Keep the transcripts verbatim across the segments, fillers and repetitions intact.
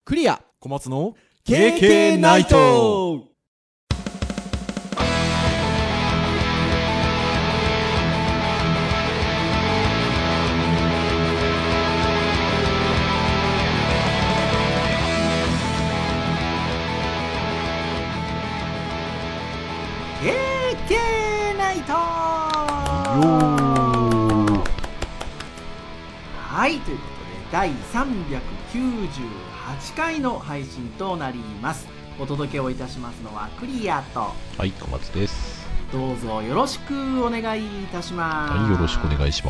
クリア小松のケーケー ナイト。 ケーケー ナイト。はい、ということでだいさんびゃくきゅうじゅうはちかいの配信となります。お届けをいたしますのはクリアと、 はい、小松です。 どうぞよろしくお願いいたします。 はい、よろしくお願いします。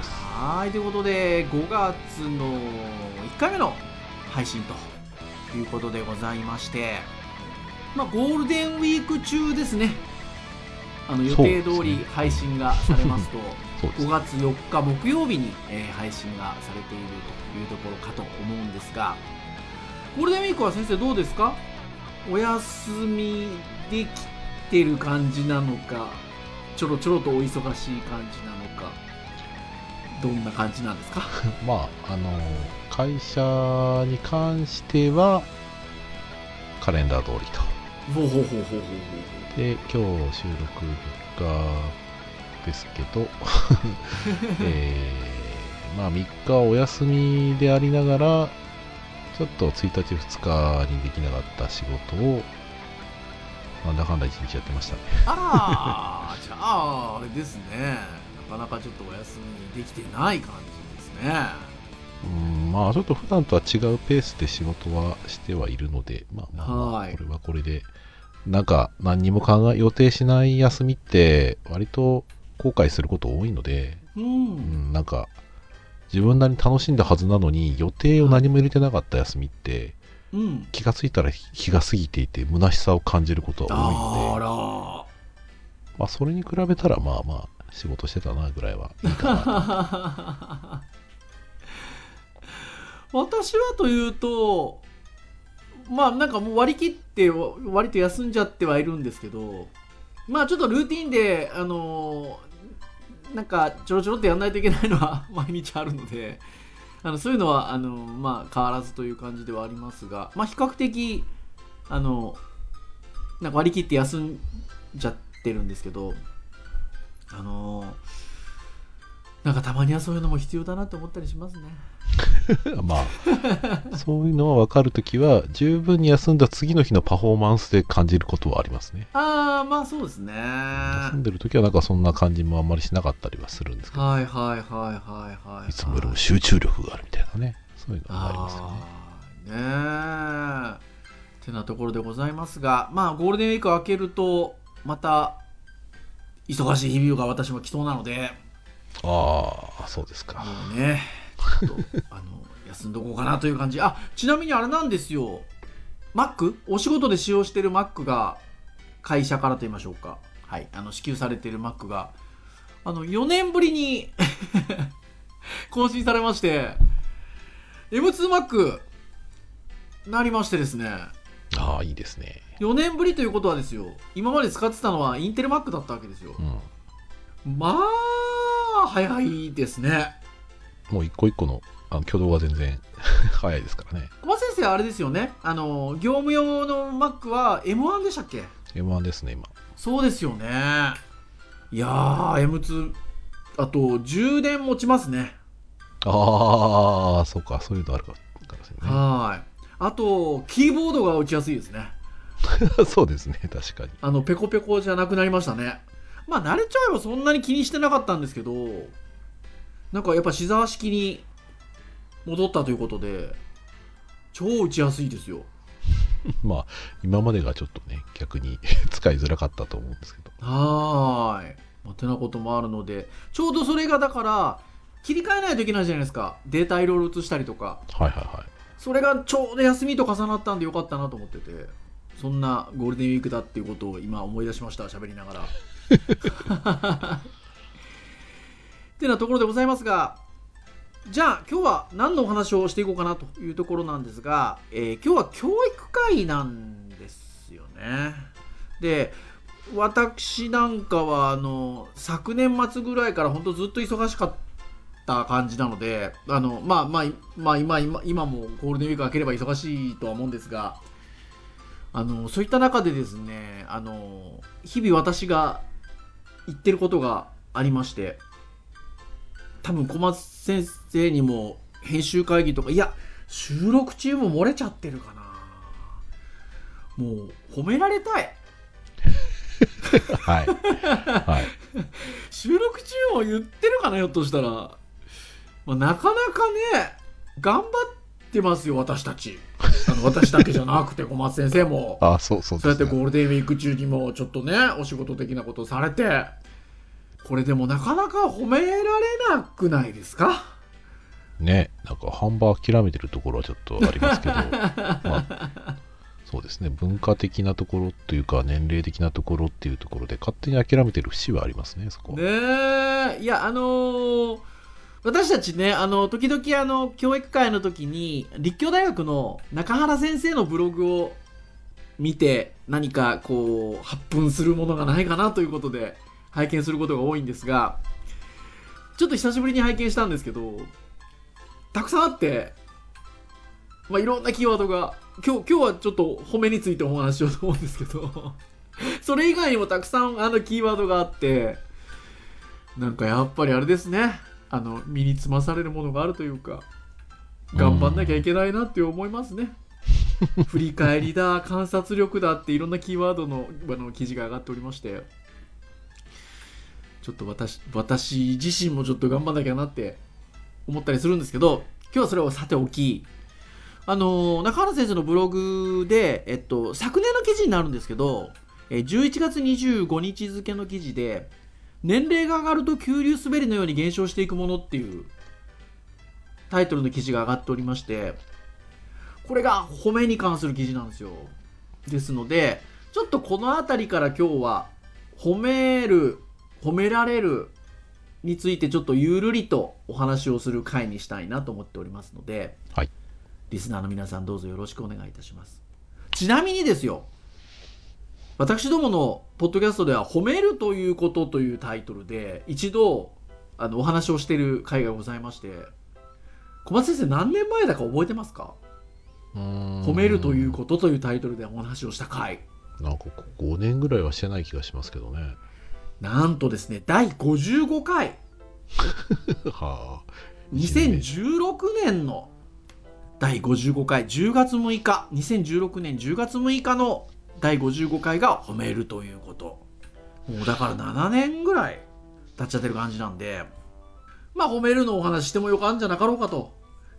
はい、ということでごがつのいっかいめの配信ということでございまして、まあゴールデンウィーク中ですね。あの予定通り配信がされますとごがつよっか木曜日に、えー、配信がされているというところかと思うんですが、ゴールデンウィークは先生どうですか？お休みできてる感じなのか、ちょろちょろとお忙しい感じなのか、どんな感じなんですか？ まああの会社に関してはカレンダー通りと。 ほうほうほうほうほうほう。 で、今日収録みっかですけど、えー、まあみっかお休みでありながら、ちょっとついたちふつかにできなかった仕事を、なんだかんだいちにちやってましたね。 あら、じゃあ、あれですね。なかなかちょっとお休みできてない感じですね。 うん、まあちょっと普段とは違うペースで仕事はしてはいるので、まあまあ、まあ、これはこれで、なんか何にも考え予定しない休みって割と後悔すること多いので、 うん、うん、 なんか自分なりに楽しんだはずなのに予定を何も入れてなかった休みって、うん、気がついたら日が過ぎていて虚しさを感じることは多いので、あら、まあそれに比べたらまあまあ仕事してたなぐらいはいいかなと私はというと、まあなんかもう割り切って割と休んじゃってはいるんですけど、まあちょっとルーティンであのー、なんかちょろちょろってやんないといけないのは毎日あるので、あのそういうのはあのー、まあ変わらずという感じではありますが、まあ比較的あのなんか割り切って休んじゃってるんですけど、あのー、なんかたまにはそういうのも必要だなと思ったりしますね。 まあそういうのは分かるときは十分に休んだ次の日のパフォーマンスで感じることはありますね。 ああ、まあそうですね。 休んでるときはなんかそんな感じもあんまりしなかったりはするんですけど、 はいはいはいはいはい、 いつもよりも集中力があるみたいなね、そういうのがありますよね。 ねえてなところでございますが、まあゴールデンウィーク明けるとまた忙しい日々が私も来そうなので、 ああそうですか。 もうねちょっとあの休んどこうかなという感じ。あ、ちなみにあれなんですよ、 Mac お仕事で使用している Mac が会社からと言いましょうか、はい、あの支給されている Mac があのよねんぶりに更新されまして エムツー Mac なりましてですね。 ああいいですね。 よねんぶりということはですよ、今まで使ってたのはインテル Mac だったわけですよ、うん、まあ早いですね。 もう一個一個のあの挙動が全然早いですからね。 小松先生はあれですよね、あの業務用の Mac は エムワン でしたっけ？ エムワン ですね今。 そうですよね。いやー エムツー あと充電持ちますね。 ああそうか、そういうのあるからですね。 はい、あとキーボードが打ちやすいですねそうですね、確かに。 あのペコペコじゃなくなりましたね。まあ慣れちゃえばそんなに気にしてなかったんですけど、なんかやっぱシザー式に戻ったということで超打ちやすいですよまあ今までがちょっとね逆に使いづらかったと思うんですけど。 はーい、まあ、てなこともあるので、ちょうどそれがだから切り替えないといけないじゃないですか、データいろいろ移したりとか。 はいはいはい。 それがちょうど休みと重なったんでよかったなと思ってて、そんなゴールデンウィークだっていうことを今思い出しました、喋りながらってなところでございますが、じゃあ今日は何のお話をしていこうかなというところなんですが、えー、今日は教育会なんですよね。で、私なんかはあの昨年末ぐらいから本当ずっと忙しかった感じなので、あのまあまあ、まあ、今, 今, 今もゴールデンウィーク明ければ忙しいとは思うんですが、あのそういった中でですね、あの日々私が言ってることがありまして、多分小松先生にも編集会議とか、いや収録中も漏れちゃってるかな、もう褒められたいはい、はい、 収録中も言ってるかな、ひょっとしたら、まあ、なかなかね頑張ってますよ私たち、あの私だけじゃなくて小松先生もあ、そうそうですね、 そうやってゴールデンウィーク中にもちょっとねお仕事的なことをされて、これでもなかなか褒められなくないですかね。なんか半ば諦めてるところはちょっとありますけどまあそうですね、文化的なところというか年齢的なところっていうところで勝手に諦めてる節はありますね、そこは。 ねえ、いやあのー、私たちね、あの時々あの教育会の時に立教大学の中原先生のブログを見て何かこう発奮するものがないかなということで拝見することが多いんですが、ちょっと久しぶりに拝見したんですけど、たくさんあって、まあ、いろんなキーワードが今日、今日はちょっと褒めについてお話ししようと思うんですけどそれ以外にもたくさんあのキーワードがあって、なんかやっぱりあれですね、あの身につまされるものがあるというか、頑張んなきゃいけないなって思いますね振り返りだ、観察力だっていろんなキーワード の, あの記事が上がっておりまして、ちょっと 私, 私自身もちょっと頑張んなきゃなって思ったりするんですけど、今日はそれをさておき、あの中原先生のブログで、えっと、昨年の記事になるんですけど、じゅういちがつにじゅうごにち付の記事で、年齢が上がると急流滑りのように減少していくものっていうタイトルの記事が上がっておりまして、これが褒めに関する記事なんですよ。ですのでちょっとこのあたりから今日は褒める、褒められるについてちょっとゆるりとお話をする回にしたいなと思っておりますので、 はい、 リスナーの皆さんどうぞよろしくお願いいたします。ちなみにですよ、私どものポッドキャストでは褒めるということというタイトルで一度あのお話をしている回がございまして、小松先生何年前だか覚えてますか？ うーん、 褒めるということというタイトルでお話をした回、なんかごねんぐらいはしてない気がしますけどね。 なんとですね、だいごじゅうごかいはあ、にせんじゅうろくねんのだいごじゅうごかい、じゅうがつむいか、にせんじゅうろくねんじゅうがつむいかのだいごじゅうごかいが褒めるということ。もうだからななねんぐらい経っちゃってる感じなんで、まあ褒めるのお話してもよかんじゃなかろうかと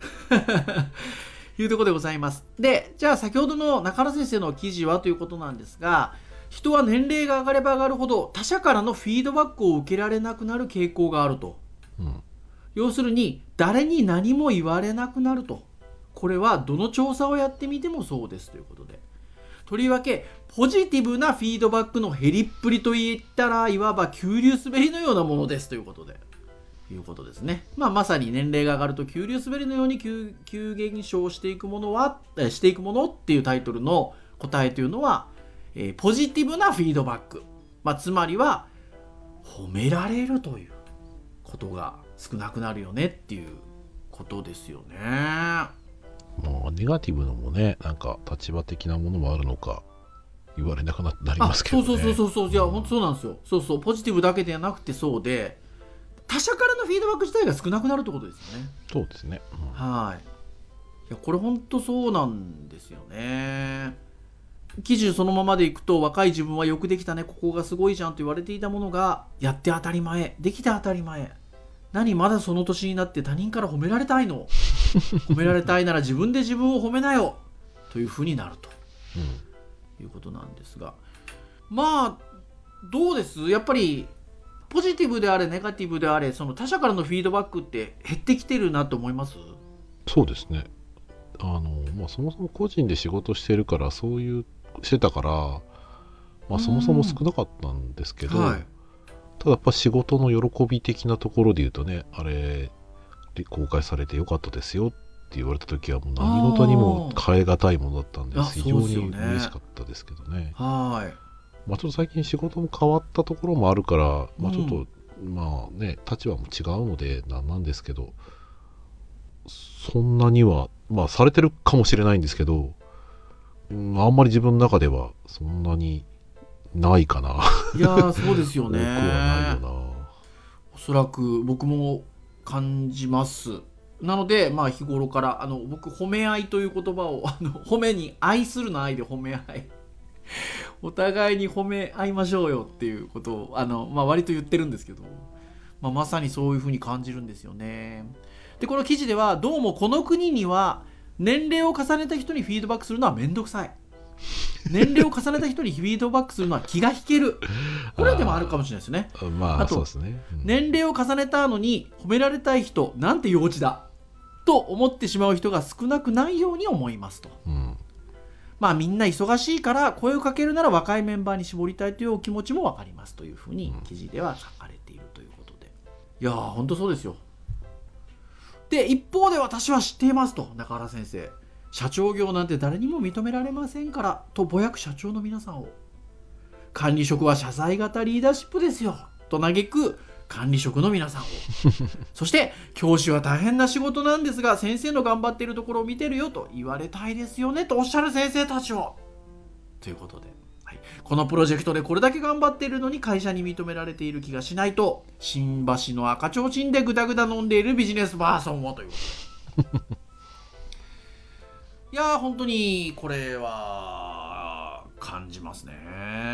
いうところでございます。で、じゃあ先ほどの中原先生の記事はということなんですが、人は年齢が上がれば上がるほど他者からのフィードバックを受けられなくなる傾向があると、うん、要するに誰に何も言われなくなると。これはどの調査をやってみてもそうですということで、とりわけポジティブなフィードバックの減りっぷりといったらいわば急流滑りのようなものですということでいうことですね。まあ、まさに年齢が上がると急流滑りのように 急, 急減少していくものはしていくものっていうタイトルの答えというのは、えー、ポジティブなフィードバック、まあ、つまりは褒められるということが少なくなるよねっていうことですよね。 まあ、ネガティブのもね、なんか立場的なものもあるのか言われなくなりますけどね。 そうそうそうそう、いや本当そうなんですよ。そうそう、ポジティブだけではなくてそうで、他者からのフィードバック自体が少なくなるってことですよね。 そうですね、うん、 はい。いやこれ本当そうなんですよね。記事そのままでいくと、若い自分はよくできたね、ここがすごいじゃんと言われていたものがやって当たり前、できて当たり前、何まだその年になって他人から褒められたいの褒められたいなら自分で自分を褒めなよというふうになると、うん、いうことなんですが、まあどうです、やっぱりポジティブであれネガティブであれ、その他者からのフィードバックって減ってきてるなと思います？ そうですね、あの、まあ、そもそも個人で仕事してるからそういうしてたから、まあ、そもそも少なかったんですけど、はい、ただやっぱ仕事の喜び的なところで言うとね、あれ公開されてよかったですよって言われた時はもう何事にも変え難いものだったんで非常に嬉しかったですけどね。はい、まあ、ちょっと最近仕事も変わったところもあるから、まあ、ちょっとまあね立場も違うのでなんなんですけど、そんなにはまあされてるかもしれないんですけど、うん、あんまり自分の中ではそんなにないかな。 いやーそうですよね。 多くはないよな。 おそらく僕も感じます。なので、まあ、日頃からあの僕褒め合いという言葉をあの褒めに愛するの愛で褒め合いお互いに褒め合いましょうよっていうことをあの、まあ、割と言ってるんですけど、まあ、まさにそういうふうに感じるんですよね。でこの記事ではどうもこの国には年齢を重ねた人にフィードバックするのはめんどくさい、年齢を重ねた人にフィードバックするのは気が引ける、これでもあるかもしれないですね。 あまああとそうですね、うん、 年齢を重ねたのに褒められたい人なんて幼稚だと思ってしまう人が少なくないように思いますと、 うん、 まあみんな忙しいから声をかけるなら若いメンバーに絞りたいというお気持ちも分かりますというふうに記事では書かれているということで、いやー本当そうですよ。で一方で私は知っていますと、中原先生社長業なんて誰にも認められませんからとぼやく社長の皆さんを、管理職は謝罪型リーダーシップですよと嘆く管理職の皆さんをそして教師は大変な仕事なんですが先生の頑張っているところを見てるよと言われたいですよねとおっしゃる先生たちをということで、はい、このプロジェクトでこれだけ頑張っているのに会社に認められている気がしないと新橋の赤ちょうちんでグダグダ飲んでいるビジネスパーソンをということでいやー本当にこれは感じますね。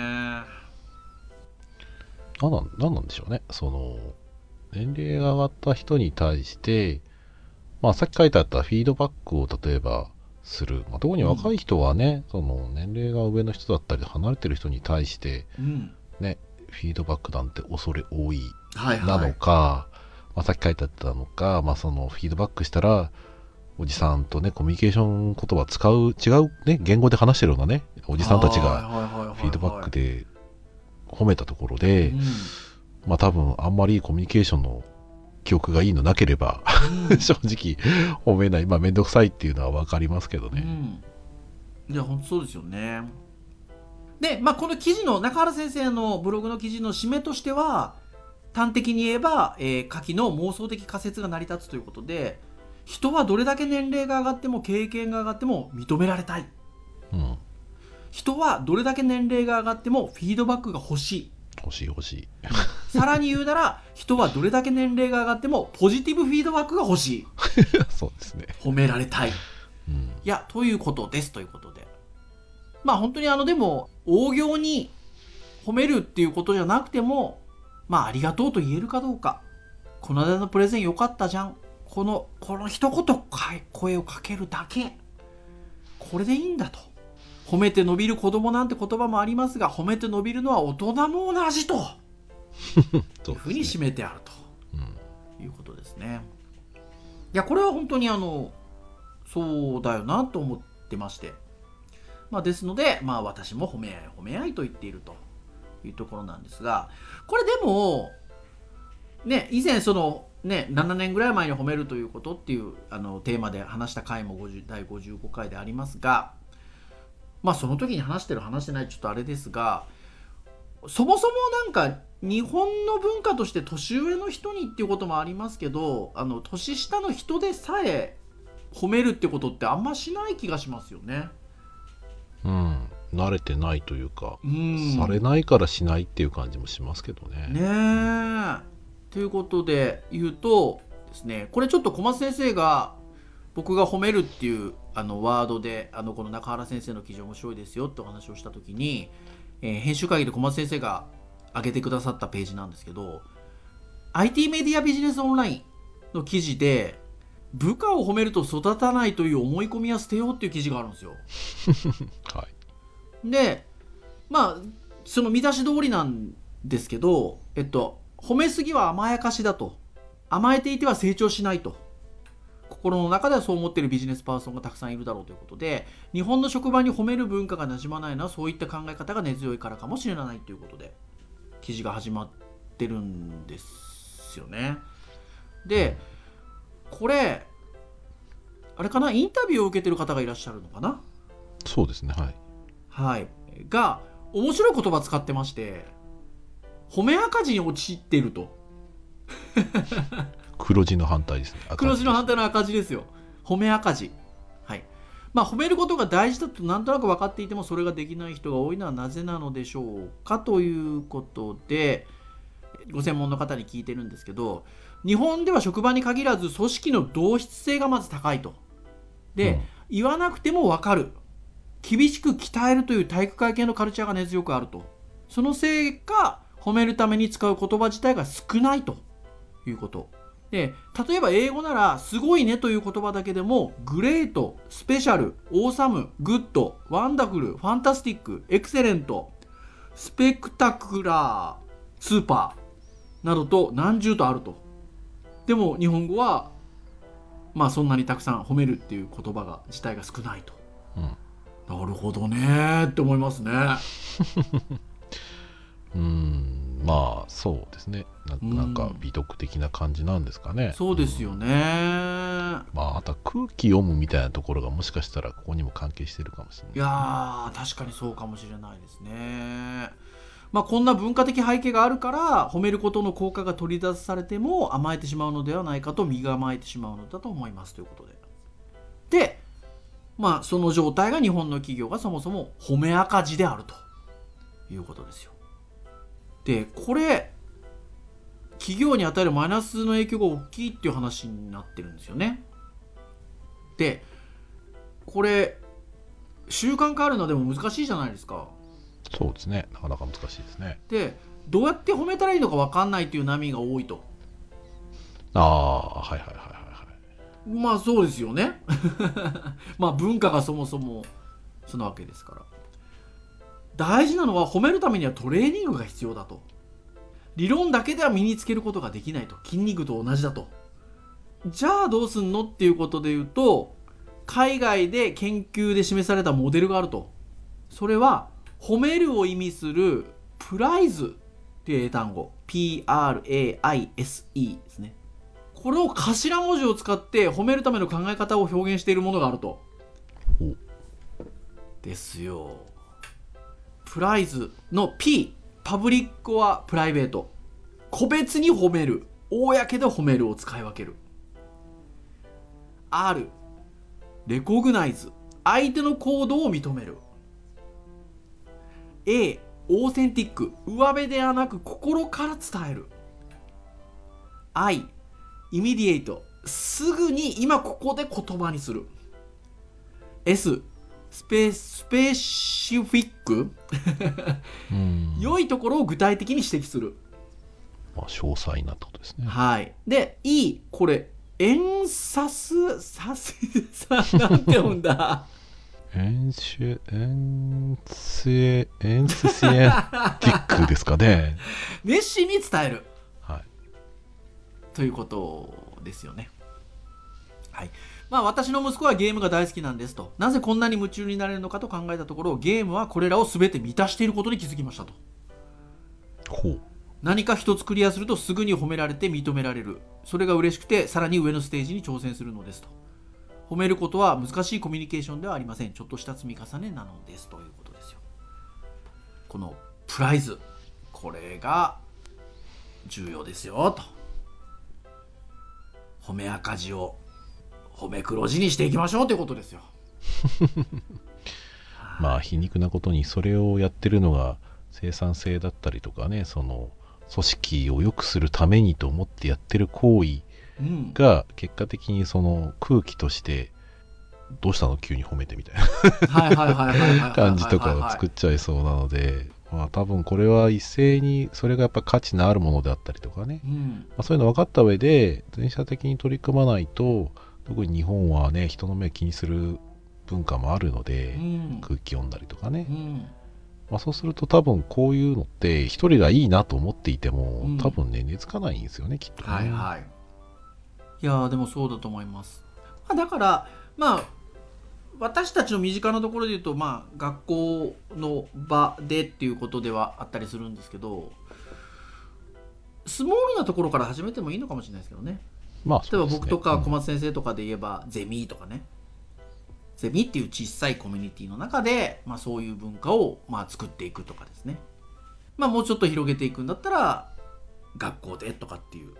なんなん、なんなんでしょうね。その年齢が上がった人に対して、まあ、さっき書いてあったフィードバックを例えばする、まあ、特に若い人はね、うん、その年齢が上の人だったり離れてる人に対して、うん、ね、フィードバックなんて恐れ多いなのか、はいはい、まあ、さっき書いてあったのか、まあ、そのフィードバックしたらおじさんとねコミュニケーション言葉使う違う、ね、言語で話してるようなねおじさんたちがフィードバックで褒めたところで、うん、まあ多分あんまりコミュニケーションの記憶がいいのなければ、うん、正直褒めない、まあ面倒くさいっていうのは分かりますけどね、 うん、いや本当そうですよね。で、まあ、この記事の中原先生のブログの記事の締めとしては端的に言えば、えー、下記の妄想的仮説が成り立つということで、人はどれだけ年齢が上がっても経験が上がっても認められたい、うん、人はどれだけ年齢が上がってもフィードバックが欲しい欲しい欲しいさらに言うなら人はどれだけ年齢が上がってもポジティブフィードバックが欲しいそうですね、 褒められたい、うん、いやということですということで、まあ本当にあのでも大行に褒めるっていうことじゃなくても、まあありがとうと言えるかどうか、この間のプレゼン良かったじゃん、このこの一言声をかけるだけ、これでいいんだと。褒めて伸びる子供なんて言葉もありますが、褒めて伸びるのは大人も同じというふうに締めてあると、うん、いうことですね。いやこれは本当にあのそうだよなと思ってまして、まあ、ですので、まあ、私も褒め合い褒め合いと言っているというところなんですが、これでもね以前そのね、ななねんぐらい前に褒めるということっていうあのテーマで話した回もごじゅうだいごじゅうごかいでありますが、まあその時に話してる話してないちょっとあれですが、そもそもなんか日本の文化として年上の人にっていうこともありますけど、あの年下の人でさえ褒めるってことってあんましない気がしますよね。 うん、慣れてないというか、うん、されないからしないっていう感じもしますけどね。 ねえ。ということで言うとですね、これちょっと小松先生が僕が褒めるっていうあのワードであのこの中原先生の記事面白いですよってお話をした時に、えー、編集会議で小松先生が上げてくださったページなんですけど、 アイティー メディアビジネスオンラインの記事で部下を褒めると育たないという思い込みは捨てようっていう記事があるんですよはい、 でまあその見出し通りなんですけど、えっと褒めすぎは甘やかしだと、甘えていては成長しないと、心の中ではそう思っているビジネスパーソンがたくさんいるだろうということで、日本の職場に褒める文化が馴染まないのはそういった考え方が根強いからかもしれないということで記事が始まってるんですよね。でこれあれかな、インタビューを受けてる方がいらっしゃるのかな。 そうですね、はい、 はい、が面白い言葉使ってまして、褒め赤字に陥っていると黒字の反対ですね。赤字です。 黒字の反対の赤字ですよ。褒め赤字。はい。まあ褒めることが大事だとなんとなく分かっていてもそれができない人が多いのはなぜなのでしょうかということで、ご専門の方に聞いてるんですけど、日本では職場に限らず組織の同質性がまず高いと。で、うん、言わなくても分かる。厳しく鍛えるという体育会系のカルチャーが根強くあると。そのせいか褒めるために使う言葉自体が少ないということ。で、例えば英語ならすごいねという言葉だけでもグレート、スペシャル、オーサム、グッド、ワンダフル、ファンタスティック、エクセレント、スペクタクラー、スーパーなどと何十とあると。でも日本語はまあそんなにたくさん褒めるっていう言葉が自体が少ないと、うん、なるほどねって思いますね。 うーん、まあそうですね。な、なんか美徳的な感じなんですかね。 そうですよね。うん、 まああとは空気読むみたいなところがもしかしたらここにも関係してるかもしれない、ね。 いやー確かにそうかもしれないですね。まあこんな文化的背景があるから褒めることの効果が取り出されても甘えてしまうのではないかと身構えてしまうのだと思いますということで。で、まあその状態が日本の企業がそもそも褒め赤字であるということですよ。で、これ企業に与えるマイナスの影響が大きいっていう話になってるんですよね。で、これ習慣化あるのでも難しいじゃないですか。 そうですね、なかなか難しいですね。 で、どうやって褒めたらいいのか分かんないっていう波が多いと。 ああ、はいはいはいはいはい。 まあそうですよね。まあ文化がそもそもそのわけですから。大事なのは褒めるためにはトレーニングが必要だと。理論だけでは身につけることができないと。筋肉と同じだと。じゃあどうすんのっていうことで言うと、海外で研究で示されたモデルがあると。それは褒めるを意味するプライズっていう英単語 ピーアールエーアイエスイー ですね。これを頭文字を使って褒めるための考え方を表現しているものがあると。ですよ。プライズの P、 パブリックはプライベート、個別に褒める、公で褒めるを使い分ける。 R、 レコグナイズ、相手の行動を認める。A、 オーセンティック、上辺ではなく心から伝える。 I、 イミディエイト、すぐに今ここで言葉にする。 S、 スペ、スペシフィック良いところを具体的に指摘する。 まあ詳細なってことですね。 はい。で E、 これエンサスサスさなんて読んだエンシュエンスエエンスシエティックですかね。 熱心に伝える、 はい、 ということですよね。はい。まあ私の息子はゲームが大好きなんですと。なぜこんなに夢中になれるのかと考えたところ、ゲームはこれらを全て満たしていることに気づきましたと。 ほう。 何か一つクリアするとすぐに褒められて認められる。それが嬉しくてさらに上のステージに挑戦するのですと。褒めることは難しいコミュニケーションではありません。ちょっとした積み重ねなのですということですよ。このプライズ、これが重要ですよと。褒め赤字を褒め黒字にしていきましょうということですよ。 まあ皮肉なことにそれをやってるのが生産性だったりとかね、その組織を良くするためにと思ってやってる行為が結果的にその空気としてどうしたの急に褒めてみたいな感じとかを作っちゃいそうなので、まあ多分これは一斉にそれがやっぱ価値のあるものであったりとかね、うんまあ、そういうの分かった上で全社的に取り組まないと、特に日本はね人の目を気にする文化もあるので、うん、空気読んだりとかね、うんまあ、そうすると多分こういうのって一人がいいなと思っていても、うん、多分ね根付かないんですよねきっとね。 はいはい。いやでもそうだと思います。だからまあ私たちの身近なところで言うと、まあ学校の場でっていうことではあったりするんですけど、スモールなところから始めてもいいのかもしれないですけどね。まあ、例えば僕とか小松先生とかで言えば、うん、ゼミとかね、ゼミっていう小さいコミュニティの中で、まあ、そういう文化をまあ作っていくとかですね。まあもうちょっと広げていくんだったら学校でとかっていう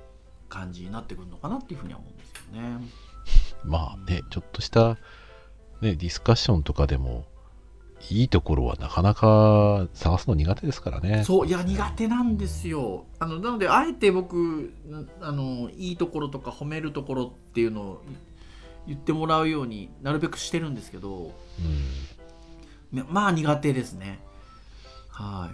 感じになってくるのかなっていうふうには思うんですよね。 まあね、ちょっとした、ね、ディスカッションとかでもいいところはなかなか探すの苦手ですからね。 そういや苦手なんですよ。あのなのであえて僕あのいいところとか褒めるところっていうのを言ってもらうようになるべくしてるんですけど、うん、まあ苦手ですね。はい、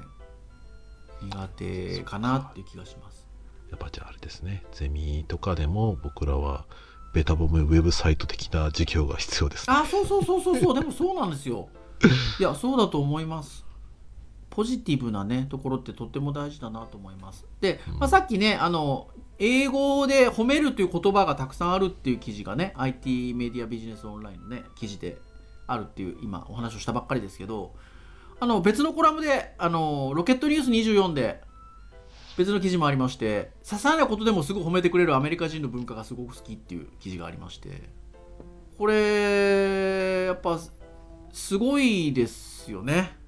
苦手かなっていう気がします。 やっぱじゃああれですね、ゼミとかでも僕らはベタボムウェブサイト的な授業が必要です、ね、 あそうそうそうそうそうでもそうなんですよ。いやそうだと思います。ポジティブなねところってとっても大事だなと思います。で、まあ、さっきねあの英語で褒めるという言葉がたくさんあるっていう記事がね アイティー メディアビジネスオンラインのね記事であるっていう今お話をしたばっかりですけど、あの別のコラムであのロケットニュースにじゅうよんで別の記事もありまして、些細なことでもすぐ褒めてくれるアメリカ人の文化がすごく好きっていう記事がありまして、これやっぱすごいですよね。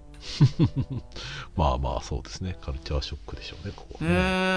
まあまあそうですね、カルチャーショックでしょうねここはね。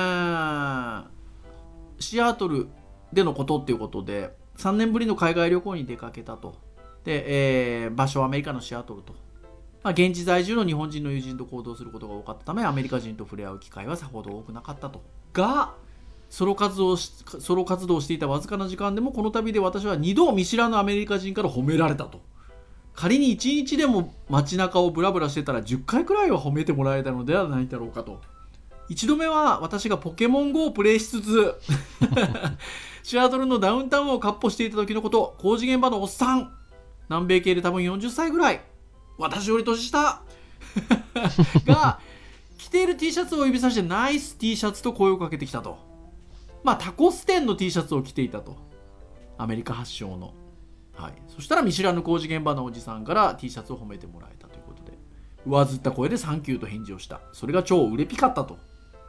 えシアトルでのことっていうことでさんねんぶりの海外旅行に出かけたと。で、えー、場所はアメリカのシアトルと、まあ、現地在住の日本人の友人と行動することが多かったためアメリカ人と触れ合う機会はさほど多くなかったと。がソロ活動しソロ活動をしていたわずかな時間でもこの旅で私はにど見知らぬアメリカ人から褒められたと。仮にいちにちでも街中をブラブラしてたらじゅっかいくらいは褒めてもらえたのではないだろうかと。いちどめは私がポケモン ゴー をプレイしつつシアトルのダウンタウンをかっ歩していた時のこと。工事現場のおっさん、南米系で多分よんじゅっさいぐらい、私より年下が着ている T シャツを指さしてナイス T シャツと声をかけてきたと。まあタコス店の T シャツを着ていたと、アメリカ発祥の。はい、そしたら見知らぬ工事現場のおじさんから T シャツを褒めてもらえたということで、上ずった声でサンキューと返事をした。それが超売れピカったと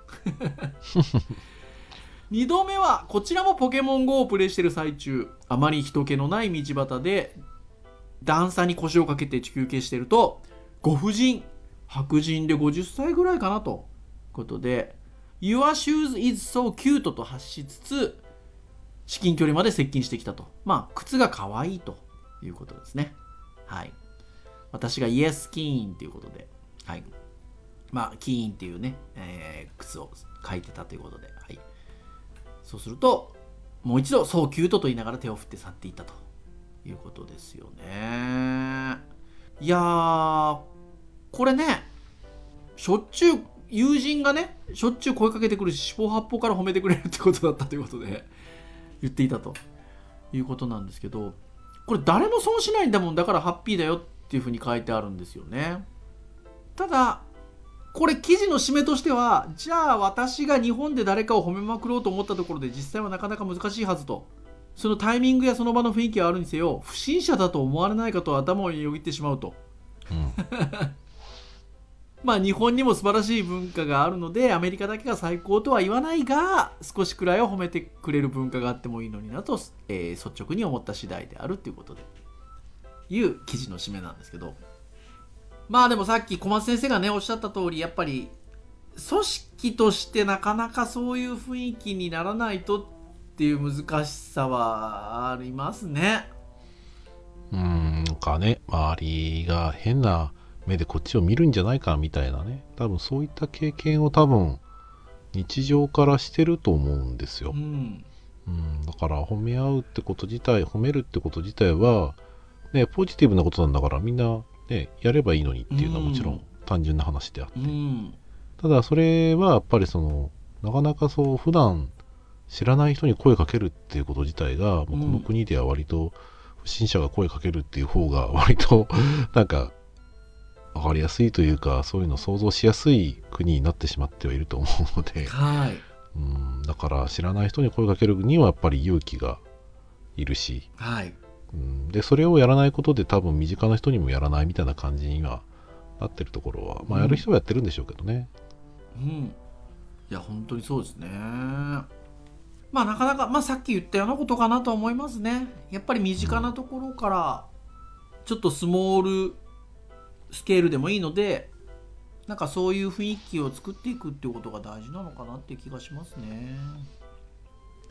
にどめはこちらもポケモン ゴー をプレイしている最中、あまり人気のない道端で段差に腰をかけて休憩していると、ご婦人、白人でごじゅっさいぐらいかなということで Your shoes is so cute と発しつつ至近距離まで接近してきたと。まあ靴が可愛いということですね。はい、私がイエスキーンということで、はい、まあキーンっていうね、えー、靴を書いてたということで、はい、そうするともう一度そうキュートと言いながら手を振って去っていったということですよね。いやーこれね、しょっちゅう友人がねしょっちゅう声かけてくるし四方八方から褒めてくれるってことだったということで言っていたということなんですけど、これ誰も損しないんだもんだからハッピーだよっていうふうに書いてあるんですよね。ただこれ記事の締めとしては、じゃあ私が日本で誰かを褒めまくろうと思ったところで実際はなかなか難しいはずと。そのタイミングやその場の雰囲気はあるにせよ不審者だと思われないかと頭をよぎってしまうと、うん、まあ日本にも素晴らしい文化があるのでアメリカだけが最高とは言わないが少しくらいは褒めてくれる文化があってもいいのになと、えー、率直に思った次第であるということでいう記事の締めなんですけど、まあでもさっき小松先生がねおっしゃった通り、やっぱり組織としてなかなかそういう雰囲気にならないとっていう難しさはありますね。 うーんなんかね、周りが変な目でこっちを見るんじゃないかみたいなね、多分そういった経験を多分日常からしてると思うんですよ、うんうん、だから褒め合うってこと自体、褒めるってこと自体はねポジティブなことなんだからみんなねやればいいのにっていうのはもちろん単純な話であって、うん、ただそれはやっぱりそのなかなかそう普段知らない人に声かけるっていうこと自体が、もうこの国では割と不審者が声かけるっていう方が割となんか分かりやすいというか、そういうのを想像しやすい国になってしまってはいると思うので、はい、うんだから知らない人に声かけるにはやっぱり勇気がいるし、はい、うんでそれをやらないことで多分身近な人にもやらないみたいな感じにはなってるところは、まあ、やる人はやってるんでしょうけどね。 うん、うん、いや本当にそうですね。まあなかなか、まあ、さっき言ったようなことかなと思いますね。やっぱり身近なところからちょっとスモールスケールでもいいので、なんかそういう雰囲気を作っていくっていうことが大事なのかなっていう気がしますね。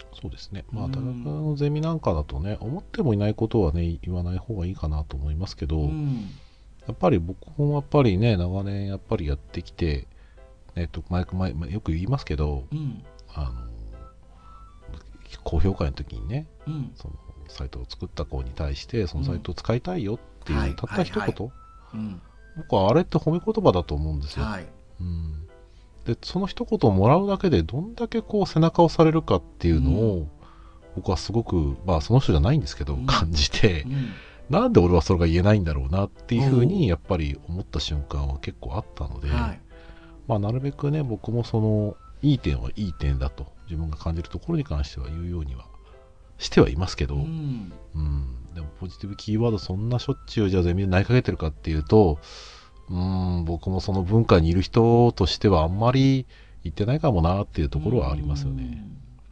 そうですね。まあ、 うん大学のゼミなんかだとね、思ってもいないことはね、言わない方がいいかなと思いますけど、 うんやっぱり僕もやっぱりね、長年やっぱりやってきて、えっと、前前前よく言いますけど、 うんあの、高評価の時にね、 うんそのサイトを作った子に対して、そのサイトを使いたいよっていう、 はいたった一言、 はいはいうん僕はあれって褒め言葉だと思うんですよ。 はいうん、で、その一言をもらうだけで、どんだけこう背中を押されるかっていうのを、僕はすごく、まあその人じゃないんですけど、 うん感じて、 うんなんで俺はそれが言えないんだろうなっていうふうおうにやっぱり思った瞬間は結構あったので、 はいまあなるべくね、僕もそのいい点はいい点だと自分が感じるところに関しては言うようにはしてはいますけど、 ううんんでもポジティブキーワードそんなしょっちゅうじゃあゼミで投げかけてるかっていうと、うーん僕もその文化にいる人としてはあんまり言ってないかもなっていうところはありますよね。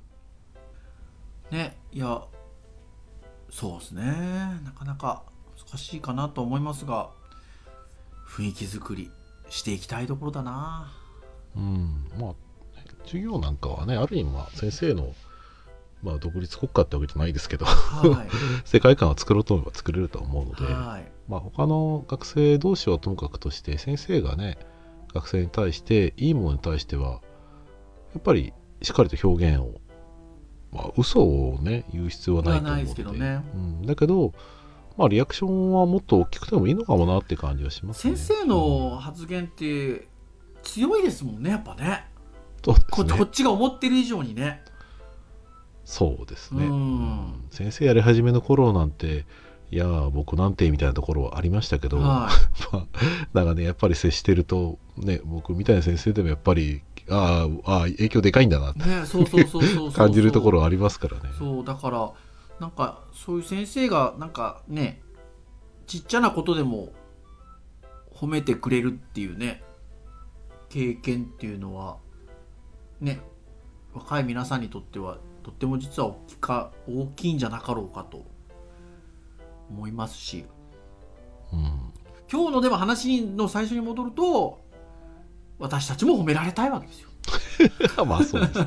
うんね、いやそうですね、なかなか難しいかなと思いますが、雰囲気作りしていきたいところだな。 うんまあ授業なんかはね、ある意味まあ先生のまあ独立国家ってわけじゃないですけどはい世界観を作ろうと思えば作れると思うので、 はいまあ、他の学生同士はともかくとして先生がね学生に対していいものに対してはやっぱりしっかりと表現を、まあ、嘘をね言う必要はないと思うので、 ではないですけどねうん、だけど、まあ、リアクションはもっと大きくてもいいのかもなって感じはしますね。 先生の発言って強いですもんね、やっぱね。 そうですこねこっちが思ってる以上にね。 そうですね、 うんうん先生やり始めの頃なんていやー僕なんてみたいなところはありましたけど、 はまあ、だからねやっぱり接してるとね僕みたいな先生でもやっぱりあーあー影響でかいんだなっていね、そうそうそうそうそう感じるところはありますからね。 そうだからなんかそういう先生がなんかねちっちゃなことでも褒めてくれるっていうね経験っていうのはね若い皆さんにとってはとっても実は大きか大きいんじゃなかろうかと思いますし、 うん今日のでも話の最初に戻ると私たちも褒められたいわけですよまあそうですね。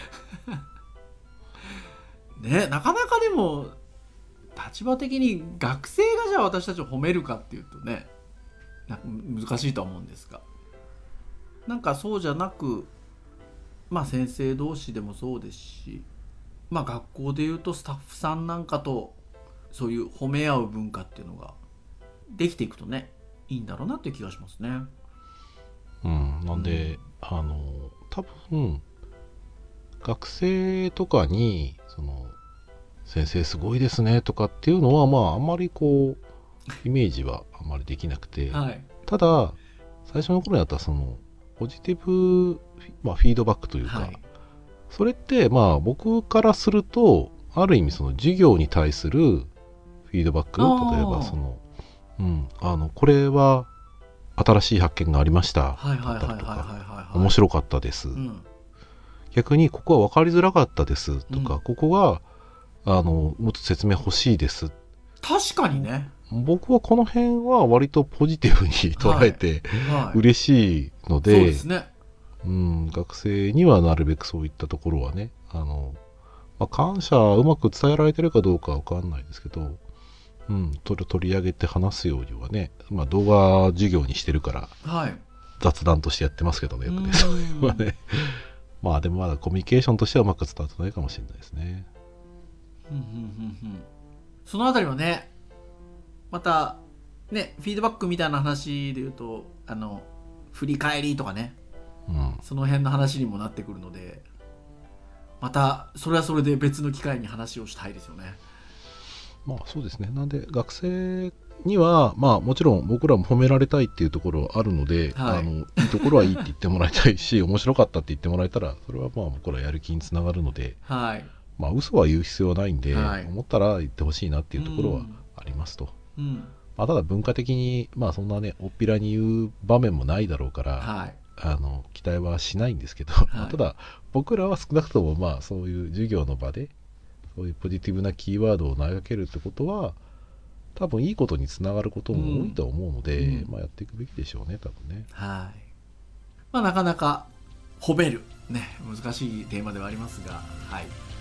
ね、なかなかでも立場的に学生がじゃあ私たちを褒めるかっていうとねなんか難しいとは思うんですが、なんかそうじゃなくまあ先生同士でもそうですし、まあ学校でいうとスタッフさんなんかとそういう褒め合う文化っていうのができていくとねいいんだろうなっていう気がしますね。 うん、なんで、 うんあの多分学生とかにその先生すごいですねとかっていうのはまああんまりこうイメージはあんまりできなくて、 はい、 ただ最初の頃にあったそのポジティブ、まあ、フィードバックというか、 はい、 それってまあ僕からするとある意味その授業に対するフィードバック、 あー例えばその、うん、あのこれは新しい発見がありましたはいはいはいはいだったりとかはいはい面白かったです、 うん、 逆にここは分かりづらかったですとか、 うんここがあのもっと説明欲しいです、 確かにね、 僕はこの辺は割とポジティブに捉えて、 はい、 嬉しいのそうで、 ですね、 うん、学生にはなるべくそういったところはね、あの、まあ、感謝うまく伝えられてるかどうかは分かんないですけど、うん、取り取り上げて話すようにはね、まあ、動画授業にしてるからはい、 雑談としてやってますけどね、よくね、そういうのはね。まあでもまだコミュニケーションとしてはうまく伝わってないかもしれないですね。 うんうんうんうんそのあたりはね、またねフィードバックみたいな話で言うとあの振り返りとかね、 うん、 その辺の話にもなってくるので、またそれはそれで別の機会に話をしたいですよね。 まあそうですね。なんで学生にはまあもちろん僕らも褒められたいっていうところはあるので、 はい、 あのいいところはいいって言ってもらいたいし面白かったって言ってもらえたらそれはまあ僕らやる気につながるので、 はい、 まあ嘘は言う必要はないんで、 はい思ったら言ってほしいなっていうところはありますと。 うん、 まあ、ただ文化的にまあそんなねおっぴらに言う場面もないだろうから、 はい、 あの期待はしないんですけど、 いまあただ僕らは少なくともまあそういう授業の場でそういうポジティブなキーワードを投げかけるってことは多分いいことにつながることも多いと思うので、 うんまあ、やっていくべきでしょうね多分ね。 はい、まあなかなか褒めるね難しいテーマではありますが、はい、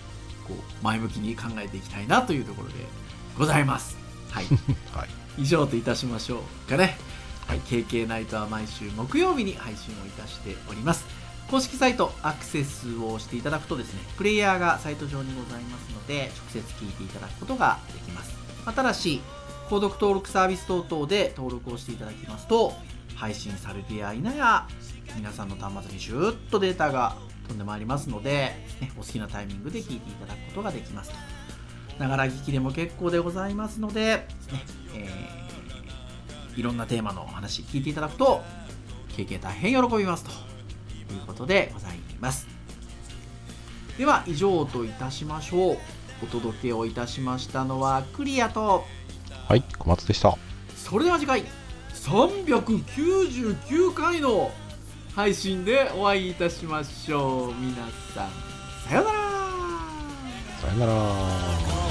こう前向きに考えていきたいなというところでございます。はい、 はい、 以上といたしましょうかね。 はい、 ケーケー ナイトは毎週木曜日に配信をいたしております。公式サイトアクセスをしていただくとですね、プレイヤーがサイト上にございますので直接聞いていただくことができます。ただし購読登録サービス等々で登録をしていただきますと、配信されてやいなや皆さんの端末にシューッとデータが飛んでまいりますので、ね、お好きなタイミングで聞いていただくことができます。ながら聞きでも結構でございますので、ねえー、いろんなテーマのお話聞いていただくと経験大変喜びますということでございます。では以上といたしましょう。お届けをいたしましたのはクリアと、 はい、小松でした。 それでは次回さんびゃくきゅうじゅうきゅうかいの配信でお会いいたしましょう。皆さんさようなら。 さよなら。